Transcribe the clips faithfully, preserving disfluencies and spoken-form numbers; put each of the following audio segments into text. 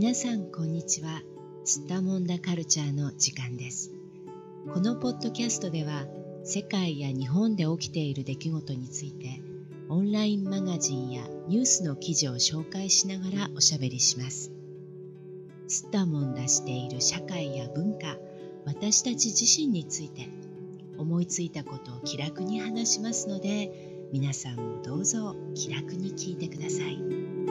皆さんこんにちは。すったもんだカルチャーの時間です。このポッドキャストでは世界や日本で起きている出来事についてオンラインマガジンやニュースの記事を紹介しながらおしゃべりします。すったもんだしている社会や文化、私たち自身について思いついたことを気楽に話しますので、皆さんもどうぞ気楽に聞いてください。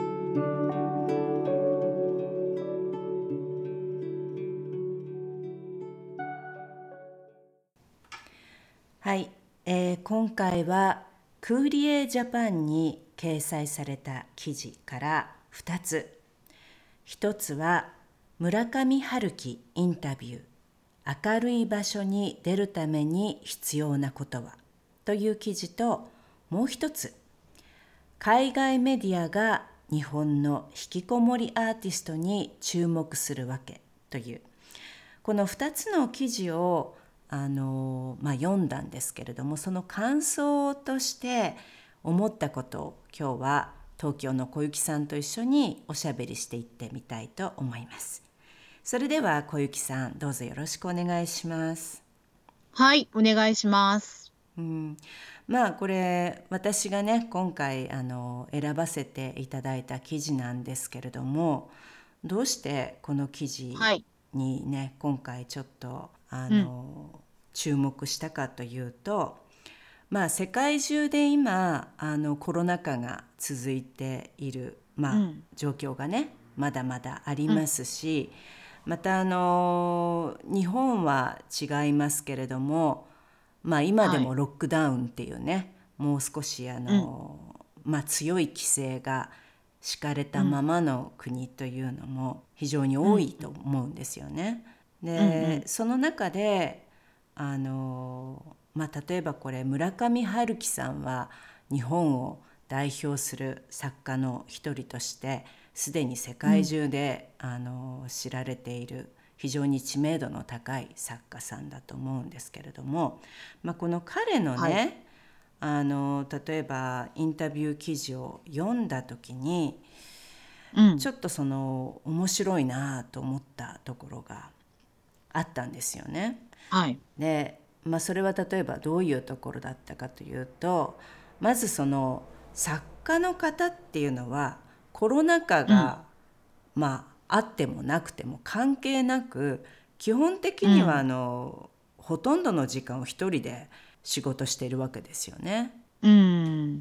はい、えー今回はクーリエジャパンに掲載された記事からふたつ。ひとつは村上春樹インタビュー、明るい場所に出るために必要なことはという記事と、もう一つ、海外メディアが日本の引きこもりアーティストに注目するわけという、このふたつの記事をあの、まあ、読んだんですけれども、その感想として思ったことを今日は東京の小雪さんと一緒におしゃべりしていってみたいと思います。それでは小雪さん、どうぞよろしくお願いします。 はい、お願いします。 うん、まあこれ私がね今回あの選ばせていただいた記事なんですけれども、どうしてこの記事はい。 にね今回ちょっとあうん。 の注目したかというと、まあ世界中で今あのコロナ禍が続いている、まあ、 うん。 状況がねまだまだありうん。 ますし、またあの日本は違いますけれども、まあ今ではい。 もロックダウンっていうね、もう少しあうん。 の、まあ、強い規制が敷かれたまうん。 まの国というのも非常にうん。 多いと思うんですよね。 うん。うでん。 その中であの、まあ、例えばこれ村上春樹さんは日本を代表する作家の一人としてすでに世界うん。 中であの知られている非常に知名度の高い作家さんだと思うんですけれども、まあ、この彼のはい。 ねあの例えばインタビュー記事を読んだ時にうん。 ちょっとその面白いなと思ったところがあったんですよね。 はい。 で、まあ、それは例えばどういうところだったかというと、まずその作家の方っていうのはコロナ禍うん。 がまああってもなくても関係なく、基本的にはあうん。 のほとんどの時間を一人で仕事しているわけですよね。 うん。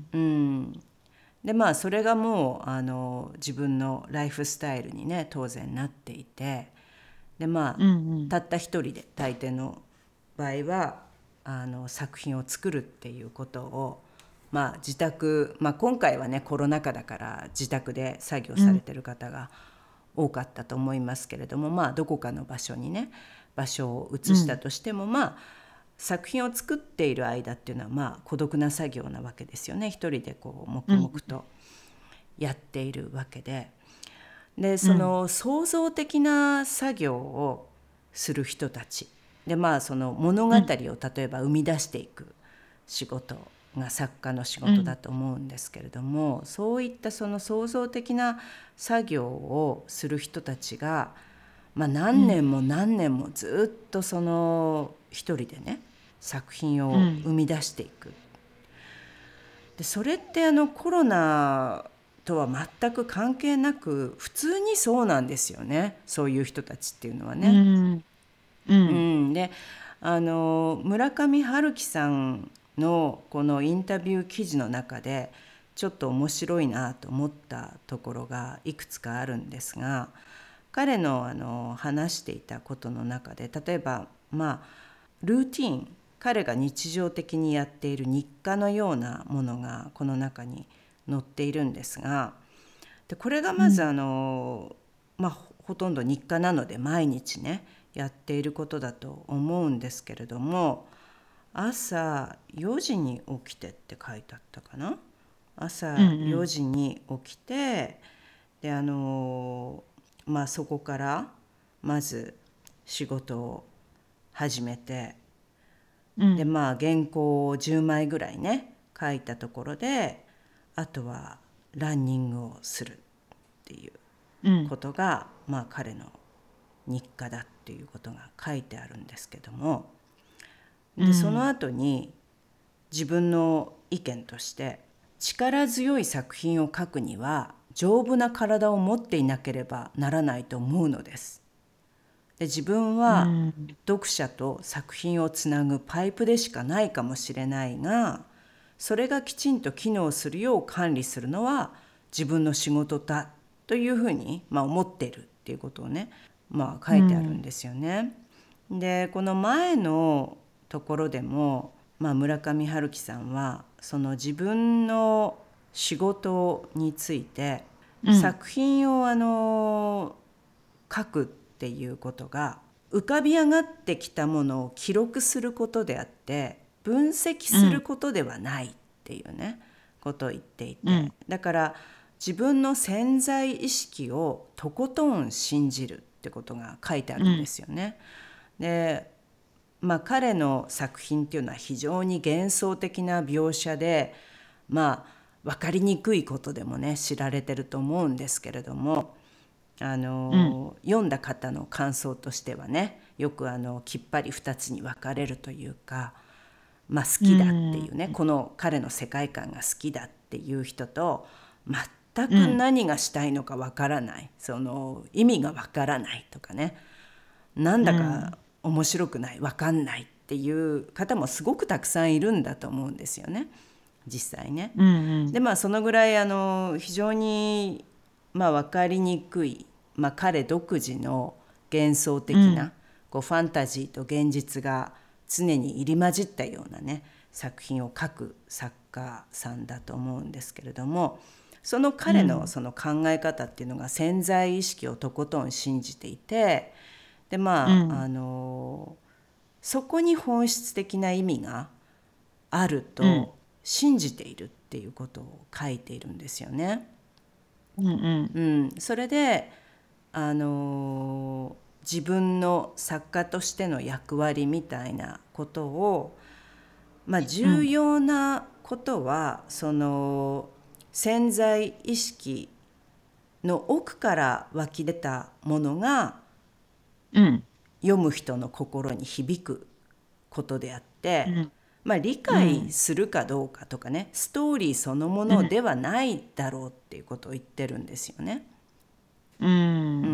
うん、でまあそれがもうあの自分のライフスタイルにね当然なっていて、でまあうん。うん。 たった一人で大抵の場合はあの作品を作るっていうことを、まあ、自宅、まあ、今回はねコロナ禍だから自宅で作業うん。 されてる方が多かったと思いますけれども、まあ、どこかの場所にね場所を移したとしても、まあ作品を作っている間っていうのはまあ孤独な作業なわけですよね。一人でこう黙々とやっているわけで、でそうん。 の創造的な作業をする人たちで、まあその物語をうん。 例えば生み出していく仕事が作家の仕うん。 事だと思うんですけれども、そういったその創造的な作業をする人たちが、まあ、 うん。 何年も何年もずっとその一人でね作品を生うん。 み出していく。でそれってあのコロナとは全く関係なく普通にそうなんですよね、そういう人たちっていうのはうね。 ん。ううん。 ん、であの村上春樹さんのこのインタビュー記事の中でちょっと面白いなと思ったところがいくつかあるんですが、彼のあの話していたことの中で、例えばまあルーティーン、彼が日常的にやっている日課のようなものがこの中に載っているんですが、でこれがまずあうん。 の、まあ、ほとんど日課なので毎日ねやっていることだと思うんですけれども、朝よじに起きてって書いてあったかな。 うん。 朝4 うん。 時に起きて、であのまあそこからまず仕事を始めて、でうん。 まあ原稿をじゅうまいぐらいね書いたところで、あとはランニングをするっていううん。 ことがまあ、彼の日課だっていうことが書いてあるんですけども、でその後に自分の意見として、力強い作品を書くには丈夫な体を持っていなければならないと思うのです。で自分は読者と作品をつなぐパイプでしかないかもしれないが、それがきちんと機能するよう管理するのは自分の仕事だというふうに、まあ、思っているっていうことをね、まあ、書いてあるんですよね。でこの前のところでも、まあ、村上春樹さんはその自分の仕事について、作品をあの書くっていうことが浮かび上がってきたものを記録することであって分析することではないっていうね、ことを言っていて、だから自分の潜在意識をとことん信じるってことが書いてあるんですよね。でまあ、彼の作品っていうのは非常に幻想的な描写で、まあ分かりにくいことでもね知られてると思うんですけれども、あの、うん、読んだ方の感想としてはね、よくあのきっぱりふたつに分かれるというか、まあ、好きだっていうね、うん、この彼の世界観が好きだっていう人と、全く何がしたいのか分からない、うん、その意味が分からないとかね、なんだか面白くない、分かんないっていう方もすごくたくさんいるんだと思うんですよね、実際ね。うんうん、でまあそのぐらいあの非常にまあ分かりにくい、まあ、彼独自の幻想的な、うん、こうファンタジーと現実が常に入り混じったようなね作品を書く作家さんだと思うんですけれども、その彼のその考え方っていうのが潜在意識をとことん信じていて、でまあ、うん、あのそこに本質的な意味があると信じているっていうことを書いているんですよね。うんうんうん、それであの自分の作家としての役割みたいなことを、まあ、重要なことは、うん、その潜在意識の奥から湧き出たものが、うん、読む人の心に響くことであって、うんまあ、理解するかどうかとかね、うん、ストーリーそのものではないだろうっていうことを言ってるんですよね。うんうん、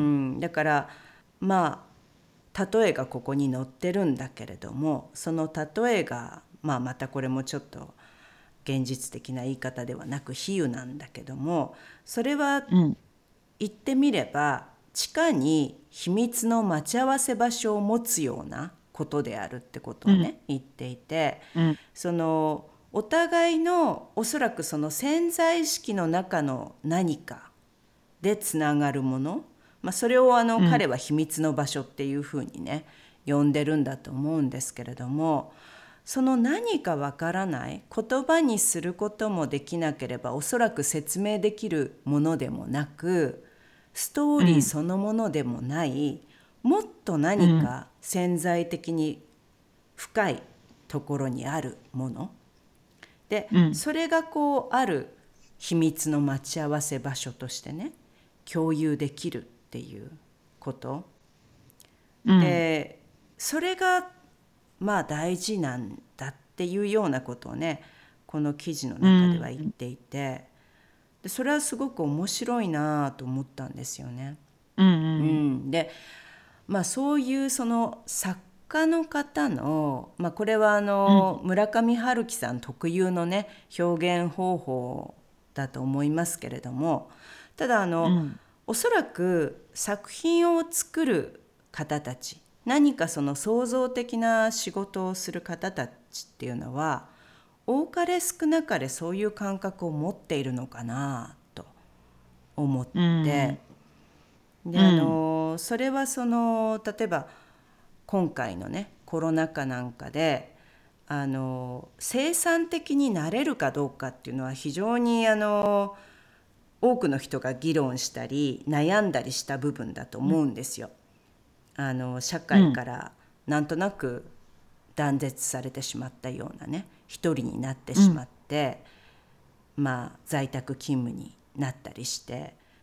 だからまあ例えがここに載ってるんだけれども、その例えが、まあ、またこれもちょっと現実的な言い方ではなく比喩なんだけども、それは言ってみれば地下に秘密の待ち合わせ場所を持つようなことであるってことをね、うん、言っていて、うん、そのお互いのおそらくその潜在意識の中の何かでつながるもの、まあ、それをあの、うん、彼は秘密の場所っていうふうにね呼んでるんだと思うんですけれども、その何かわからない、言葉にすることもできなければおそらく説明できるものでもなく、ストーリーそのものでもない、うん、もっと何か潜在的に深いところにあるもので、うん、それがこうある秘密の待ち合わせ場所としてね共有できるっていうこと、うん、でそれがまあ大事なんだっていうようなことをねこの記事の中では言っていて、でそれはすごく面白いなと思ったんですよね。うんうんうん、で、まあ、そういうその作家の方の、まあ、これはあの、うん、村上春樹さん特有のね表現方法だと思いますけれども、ただあの、うん、おそらく作品を作る方たち、何かその創造的な仕事をする方たちっていうのは多かれ少なかれそういう感覚を持っているのかなと思って、うん、であのそれはその例えば今回のねコロナ禍なんかであの生産的になれるかどうかっていうのは非常にあの多くの人が議論したり悩んだりした部分だと思うんですよ。あの社会からなんとなく断絶されてしまったようなね一人になってしまって、うん、まあ在宅勤務になったりして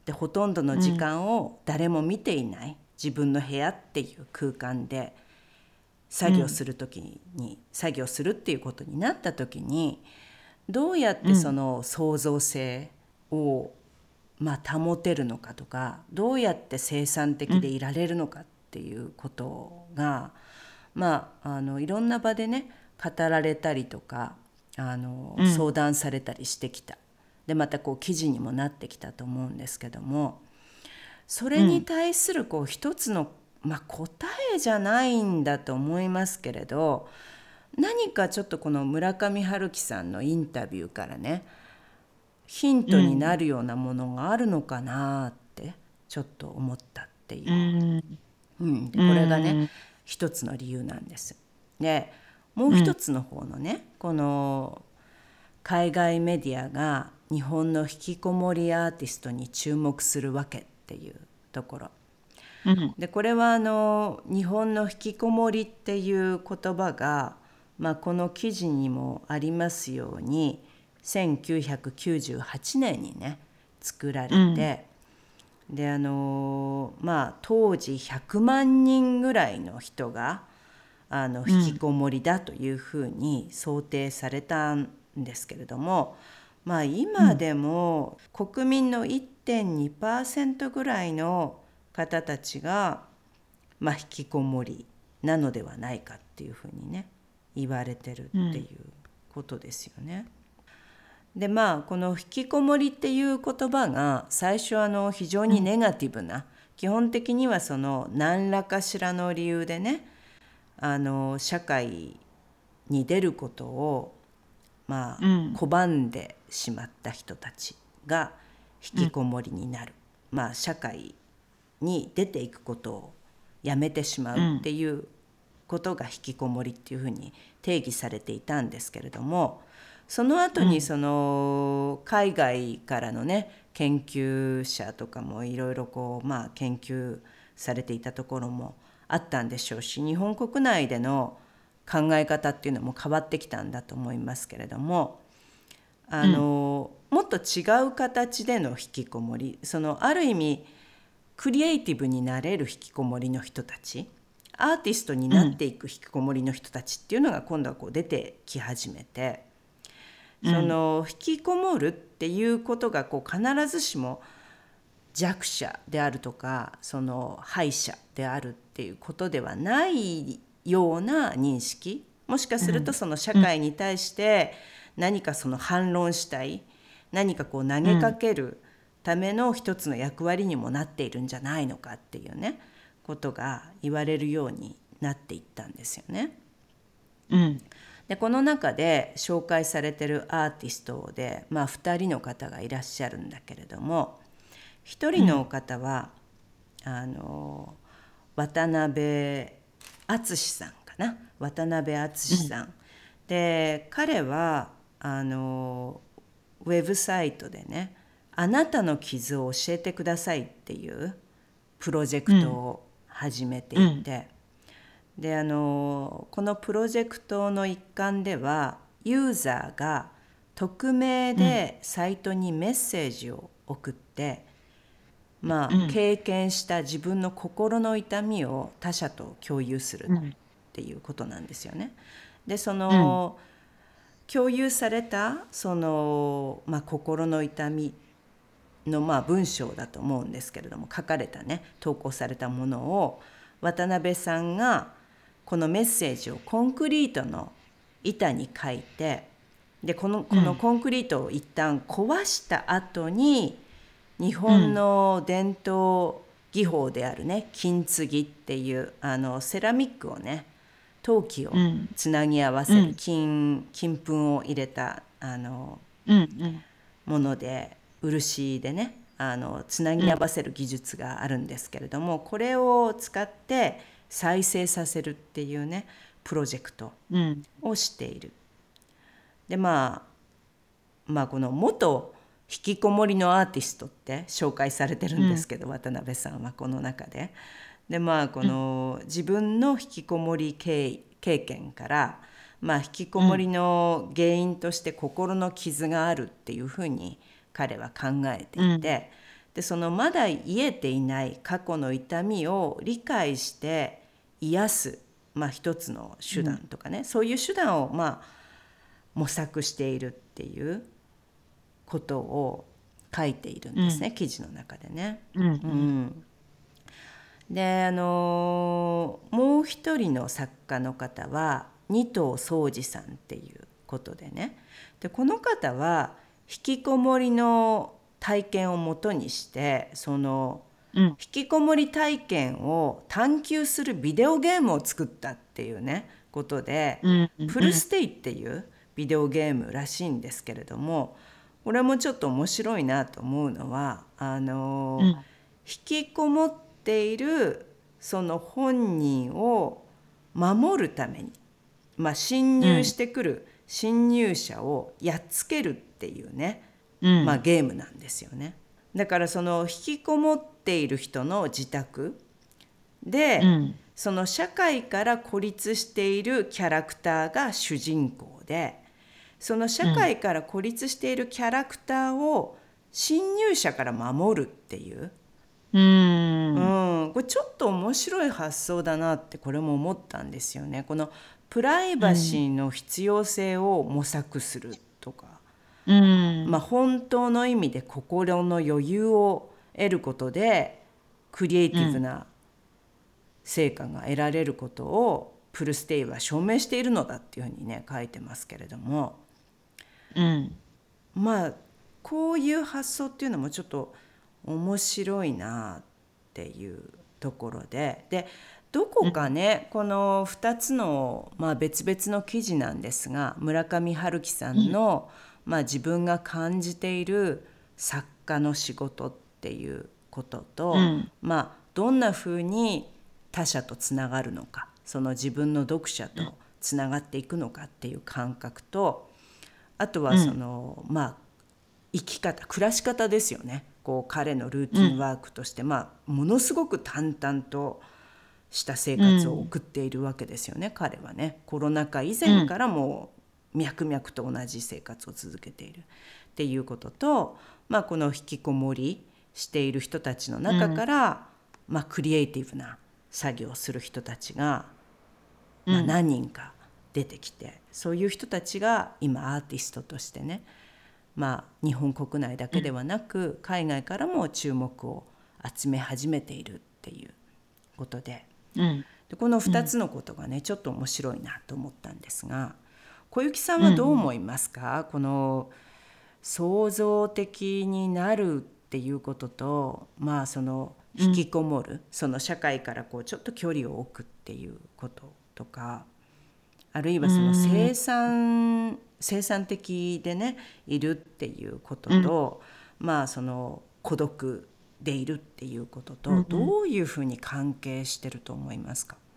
でほとんどの時間を誰も見ていない自分の部屋っていう空間で作業するときに、作業するっていうことになったときに、どうやってその創造性をまあ保てるのかとか、どうやって生産的でいられるのかっていうことが、まあ、あのいろんな場でね語られたりとか、あの相談されたりしてきた。でまたこう記事にもなってきたと思うんですけども、それに対するこう一つの、まあ、答えじゃないんだと思いますけれど、何かちょっとこの村上春樹さんのインタビューからねヒントになるようなものがあるのかなってちょっと思ったっていう、 うんうん、でこれがね一つの理由なんです。でもう一つの方のね、この海外メディアが日本の引きこもりアーティストに注目するわけっていうところうんで、これはあの日本の引きこもりっていう言葉が、まあ、この記事にもありますようにせんきゅうひゃくきゅうじゅうはちねんにね作られて、うん、であのまあ当時ひゃくまんにんぐらいの人があの引きこもりだというふうに想定されたんですけれども、まあ、今でも国民の いってんにパーセント ぐらいの方たちが、まあ、引きこもりなのではないかっていうふうにね言われてるっていうことですよね。でまあこの引きこもりっていう言葉が最初あの非常にネガティブな、基本的にはその何らかしらの理由でねあの社会に出ることをまあ拒んでしまった人たちが引きこもりになる、まあ社会に出ていくことをやめてしまうっていうことが引きこもりっていうふうに定義されていたんですけれども、その後にその海外からのね研究者とかもいろいろこうまあ研究されていたところもあったんでしょうし、日本国内での考え方っていうのも変わってきたんだと思いますけれども、あの、うん、もっと違う形での引きこもり、そのある意味クリエイティブになれる引きこもりの人たち、アーティストになっていく引きこもりの人たちっていうのが今度はこう出てき始めて、うん、その引きこもるっていうことがこう必ずしも弱者であるとかその敗者であるっていうことではないような認識、もしかするとその社会に対して何かその反論したい、何かこう投げかけるための一つの役割にもなっているんじゃないのかっていうねことが言われるようになっていったんですよね。 うん、 でこの中で紹介されているアーティストで、まあ、ふたりの方がいらっしゃるんだけれども、ひとりの方は、うん、あの渡辺篤さんかな渡辺篤さん、うん、で彼はあのウェブサイトでねあなたの傷を教えてくださいっていうプロジェクトを始めていて、うん、であのこのプロジェクトの一環ではユーザーが匿名でサイトにメッセージを送って、まあ、うん、経験した自分の心の痛みを他者と共有するっていうことなんですよね。でその、うん、共有されたその、まあ、心の痛みの、まあ、文章だと思うんですけれども、書かれたね投稿されたものを渡辺さんがこのメッセージをコンクリートの板に書いて、でこの、このコンクリートを一旦壊した後に日本の伝統技法であるね金継ぎっていうあのセラミックをね陶器をつなぎ合わせる 金, 金粉を入れたあの、うんうん、もので漆でねあのつなぎ合わせる技術があるんですけれども、これを使って再生させるっていうねプロジェクトをしている。でまあまあこの元引きこもりのアーティストって紹介されてるんですけど、うん、渡辺さんはこの中ででまあこの自分の引きこもり経験から、まあ、引きこもりの原因として心の傷があるっていうふうに彼は考えていて、 でそのまだ癒えていない過去の痛みを理解して癒す、まあ、一つの手段とかね、そういう手段をまあ模索しているっていうことを書いているんですね、記事の中でね。 うんううんん、であのもう一人の作家の方は二藤宗司さんっていうことでね、でこの方は引きこもりの体験をもとにしてそのうん引きこもり体験を探求するビデオゲームを作ったっていうねことで、 うんうんプルステイっていうビデオゲームらしいんですけれども、これもちょっと面白いなと思うのはあの、 うん引きこもっているその本人を守るために、まあ、侵入してくる侵入者をやっつけるっていうね、 うんまあ、ゲームなんですよね。だからその引きこもっている人の自宅で、 うんその社会から孤立しているキャラクターが主人公で、その社会から孤立しているキャラクターを侵入者から守るっていう、 ううんん、これちょっと面白い発想だなってこれも思ったんですよね。このプライバシーの必要性を模索するとか、 うんまあ、本当の意味で心の余裕を得ることでクリエイティブな成果が得られることをプルステイは証明しているのだっていうふうにね書いてますけれども、 うんまあこういう発想っていうのもちょっと面白いなっていうところで、でどこかね、このふたつの、まあ、別々の記事なんですが、村上春樹さんの、まあ、自分が感じている作家の仕事っていうことと、 うんまあ、どんなふうに他者とつながるのか、その自分の読者とつながっていくのかっていう感覚と、あとはその、まあ生き方、暮らし方ですよね。こう彼のルーティンワークとして、まあ、ものすごく淡々とした生活を送っているわけですよね、彼はね。コロナ禍以前からもう脈々と同じ生活を続けているっていうことと、まあ、この引きこもりしている人たちの中から、まあ、クリエイティブな作業をする人たちが、まあ、何人か出てきて、そういう人たちが今アーティストとしてね、まあ、日本国内だけではなく海外からも注目を集め始めているっていうことで、 うんでこのふたつのことがねちょっと面白いなと思ったんですが、小雪さんはどう思いますか？この創造的になるっていうことと、まあその引きこもる、その社会からこうちょっと距離を置くっていうこととか、あるいはその生産生産的でねいるっていうことと、まあその孤独でいるっていうことと、どういうふうに関係してると思いますか？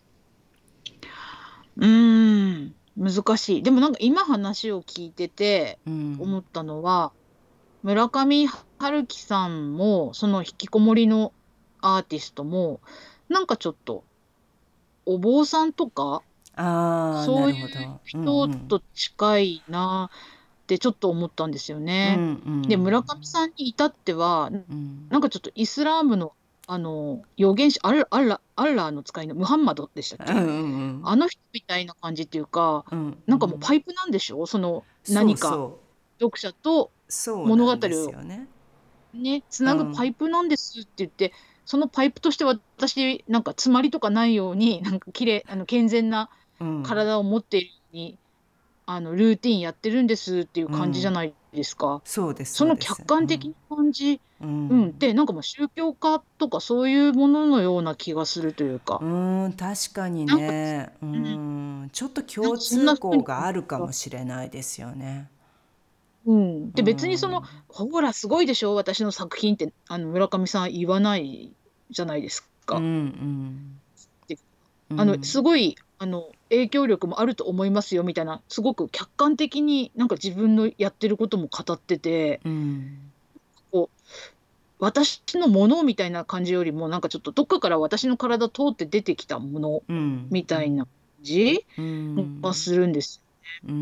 うーん難しい。でもなんか今話を聞いててうん思ったのは、村上春樹さんもその引きこもりのアーティストもなんかちょっとお坊さんとかああ、なそういうるほど。うんう人んと近いなってちょっと思ったんですようんね。で、 うん村上さんに至っては、 うんなんかちょっとイスラームの、あの、預言者、アッラ、アッラ、アッラーの使いのムハンマドでしたっけ？ うんうんあの人みたいな感じっていうか、 うんうんなんかもうパイプなんでしょ？そのそう何かそう読者とそう物語なんですをよね。 ね、つなぐパうんイプなんですって言って、そのパイプとして私、なんか詰まりとかないように、なんかきれい、あの健全なうん体を持っているように、あのルーティンやってるんですっていう感じじゃうん、 ないですか。 そうですそのそうです。うん、 客観的な感じ、 ううん、 ん、 で、なんかもう宗教家とかそういうもののような気がするというか、 うーん、確かになんか、 ね、ううん、 ん、ちょっとなん共かそんな風通項に感じがあるかた。 もしれないですよね。 うん。 うで、別にその、 ん、 ほら、すごいでしょ、私の作品って、あの、村上さん言わないじゃないですうん、うか。 ん、 で、あの、すうん、 ごい、あの、影響力もあると思いますよみたいな、すごく客観的になんか自分のやってることも語ってて、 うん、 こう、私のものみたいな感じよりも、なんかちょっとどっかから私の体通って出てきたものうん、 みたいな感じうがん、 するんです。 うん、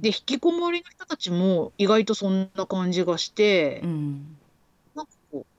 で、引きこもりの人たちも意外とそんな感じがして、 うん、 なんかこう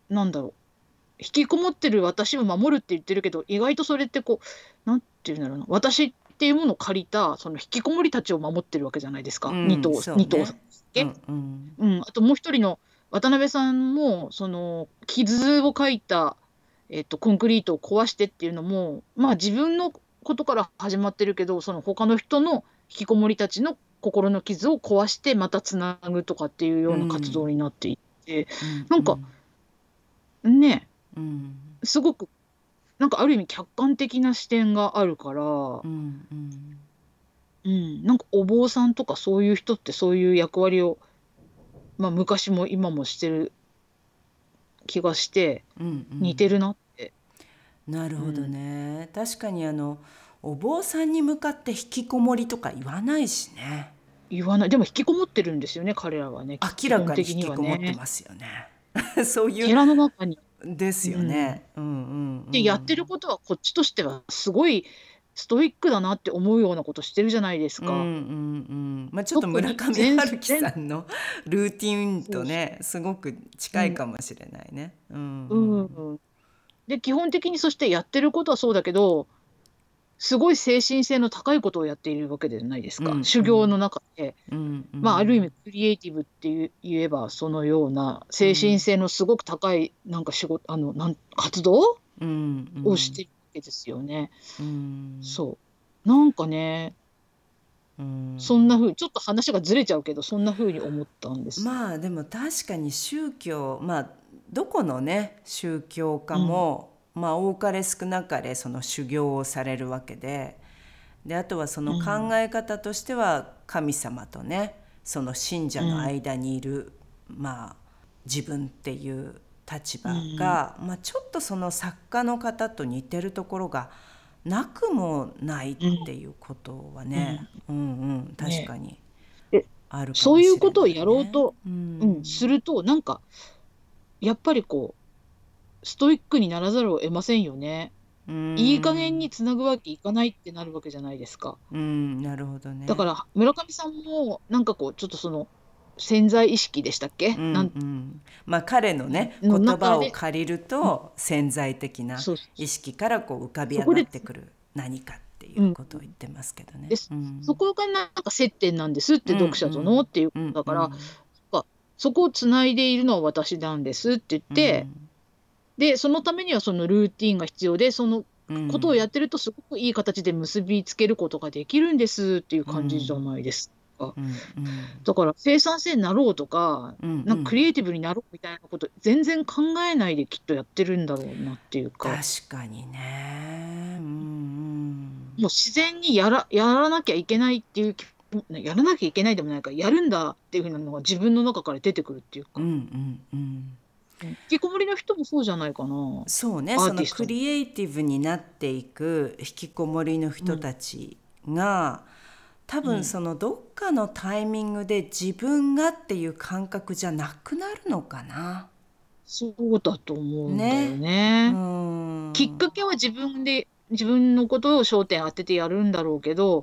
なんだろう、引きこもってる私を守るって言ってるけど、意外とそれってこう、なんていうんだろうな、私っていうものを借りた、その引きこもりたちを守ってるわけじゃないですうか。2 ん、 頭、2頭そうね。うけ、 んうんうん、あともう一人の渡辺さんも、その、傷をかいた、えっと、コンクリートを壊してっていうのも、まあ自分のことから始まってるけど、その他の人の引きこもりたちの心の傷を壊してまたつなぐとかっていううような活動んになっていて、 うんなんかうんね、 うんすごく、なんかある意味客観的な視点があるから、 うんうんうん、なんかお坊さんとかそういう人ってそういう役割を、まあ昔も今もしてる気がして、 うんうん。 似てるなって。 なるほどうん。 ね。確かにあのお坊さんに向かって引きこもりとか言わないしね。 言わない。でも引きこもってるんですよね、彼らはね、基明らかに引本的にはきこもってね。 ますよね。そういう寺の中に。 ですようん。 ね。うんうんうで、やってるん。 ことはこっちとしてはすごいストイックだなって思うようなことしてるじゃないですか。 うんうんうん。まあちょっと特村上に全春樹さ全んのルーティンそうそとねすごくう。 近いうん。 かもしれないね。うんううんんうん。で、基本的にそしてやってることはそうだけど、すごい精神性の高いことをやっているわけじゃないですうか。 んうん修行の中で。 うんうまあ、ある意味んクリエイティブっていう言えば、そのような精神うん性のすごく高い、なんか仕事、あの、なん活動うんうんをしてるわけですよね。 うんそう。なんかね、 うん。 そんな風、ちょっと話がずれちゃうけど、そんな風に思ったんです。 まあでも確かに宗教、まあどこのね宗教家うん。 もまあ多かれ少なかれその修行をされるわけで、であとはその考うん。 え方としては神様とねその信者のうん。 間にいるまあ自分っていう立う場ん。 が、まあ、ちょっとその作家の方と似てるところがなくもないっうん。 ていうことはうん。 ね、うんうん確ね。 かにで、 あるかそういうもしれなことをやろういね。 と、 ううん、すんると、なんか、やっぱりこう、ストイックにならざるを得ませんよね。 ういい加減んにつなぐわけいかないってなるわけじゃないですか。 うん、なるほどね。 だから、村上さんも、なんかこう、ちょっとその、潜在意識でしたっうんうけなん、 ん、まあ彼のねの言葉を中で、 借りるうん、 と潜在的なそうそうそう。 意識からこう浮かび上がっそこで、 てくる何かっていうん、 うことを言ってますけどね。 で、 うん、 そこがなんか接点なんですって、 うんう読者とのんっていうこうんとだから、 うんそっか、そこをつないでいるのは私なんですって言っうて、 んで、そのためにはそのルーティンが必要で、そのうんことをやってるとすごくいい形で結びつけることができるんですっていうう感じじゃんないですか。 うんうんだから生産性になろうとか、 うんうなんかクリエん、 イティブになろうみたいなこと全然考えないできっとやってるんだろうなっていうか、 確かにね。うんもう自然にやら、やらなきゃいけないっていう気、やらなきゃいけないでもないから、やるんだっていうふうなのが自分の中から出てくるっていうか、 うんうんうん、 うん、引きこもりの人もそうじゃないかな、 そうね、そのアーティストも。 クリエイティブになっていく引きこもりの人うん、 たちが多うん。 分そのどっかのタイミングで自分がっていう感覚じゃなくなるのかな。 そうだと思うんだよね。うね。きっん。 かけは自分で、自分のことを焦点当ててやるんだろうけど、 うん。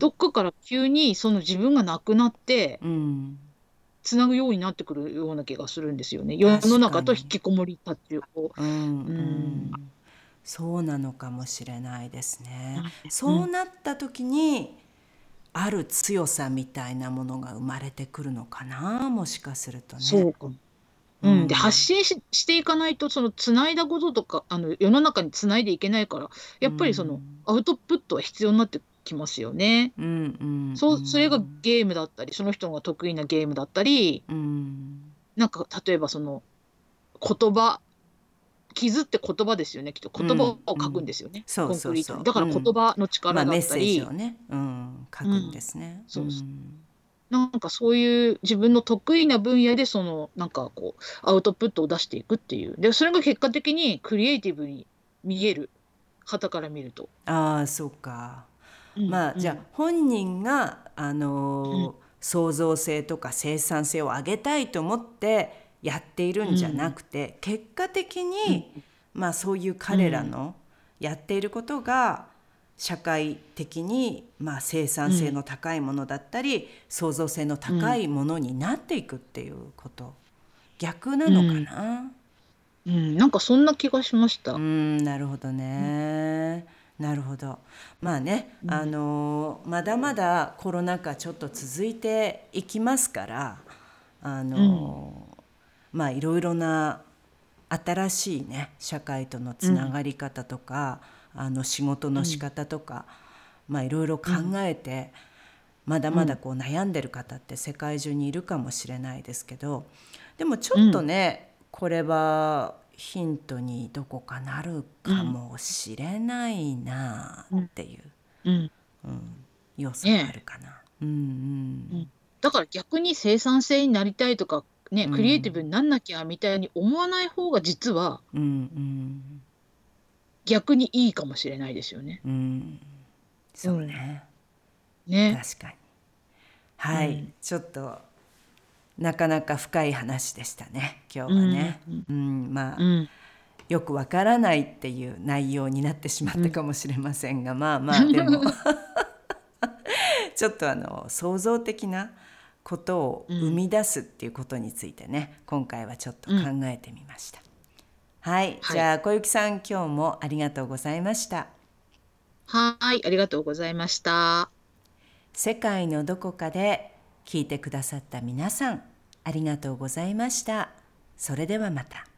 どっかから急にその自分がなくなって、 うん。 つなぐようになってくるような気がするんですよね。世の確か中と引に。 きこもりたちを。 うんううん。 ん。そうなのかもしれないですね。 うん。 そうなった時にある強さみたいなものが生まれてくるのかな、もしかするとね。 そうかも。 ううん。で、発ん。 信し、していかないと、その、つないだこととか、あの、世の中につないでいけないから、 うやっぱりその、 ん。 アウトプットは必要になってきますよね。 うんうんうそう、それがん。 ゲームだったり、その人が得意なゲームだったり、 うん。 なんか、例えばその、言葉、傷って言葉ですよね。きっとう言葉を書くんんうん。 ですよね。 そうコンクリートに。 そうそう。 だから言うん。 葉のまあ力だメッセージったり、 をね、うん、書くんでうん。 すね。うそうそう。 ん。 なんかそういう自分の得意な分野でそのなんかこうアウトプットを出していくっていう。で、それが結果的にクリエイティブに見える。傍から見ると。 ああ、そうか。 うんまあじゃあうん本人があうんの創造性とか生産性を上げたいと思ってやっているんじゃなうんくて、結果的うんにまあそういう彼らうんのやっていることが社会的にまあ生産性うんの高いものだったり創造性のうん高いものになっていくっていうこと、逆なのかうん。 な。 うん、なんかそんな気がしましうた。 ん、なるほどうんね。なるほど。まあね、あうんのまだまだコロナ禍ちょっと続いていきますから、あうんのまあいろいろな新しいね社会とのつなうんがり方とか、あの仕事の仕うん方とか、まあいろいろ考うんえて、まだうんまだこう悩んでる方って世界中にいるかもしれないですけど、でもちょっとうんねこれはヒントにどこかなるかうんもしれないなうんっていう、 うんうん、要素があるねかな。うんえ、うん、だから逆に生産性になりたいとかね、 うんうクリエイティブんになんなきゃみたいに思わない方が実はうんうん逆にいいかもしれないですよね。 うん、そううん。 ね、 ね。 確かに。はい、 うん。 ちょっとなかなか深い話でしたね今日うん。 はね。うん、まあうん。 よくわからないっていう内容になってしまっうん。 たかもしれませんが、まあまあでもちょっとあの創造的なことを生うん。 み出すっていうことについてね、今回はちょっと考うん。 えてみました。はい、 はい。 じゃあ小雪さん今日もありがとうございました。 はい。ありがとうございました。 世界のどこかで聞いてくださった皆さん、ありがとうございました。それではまた。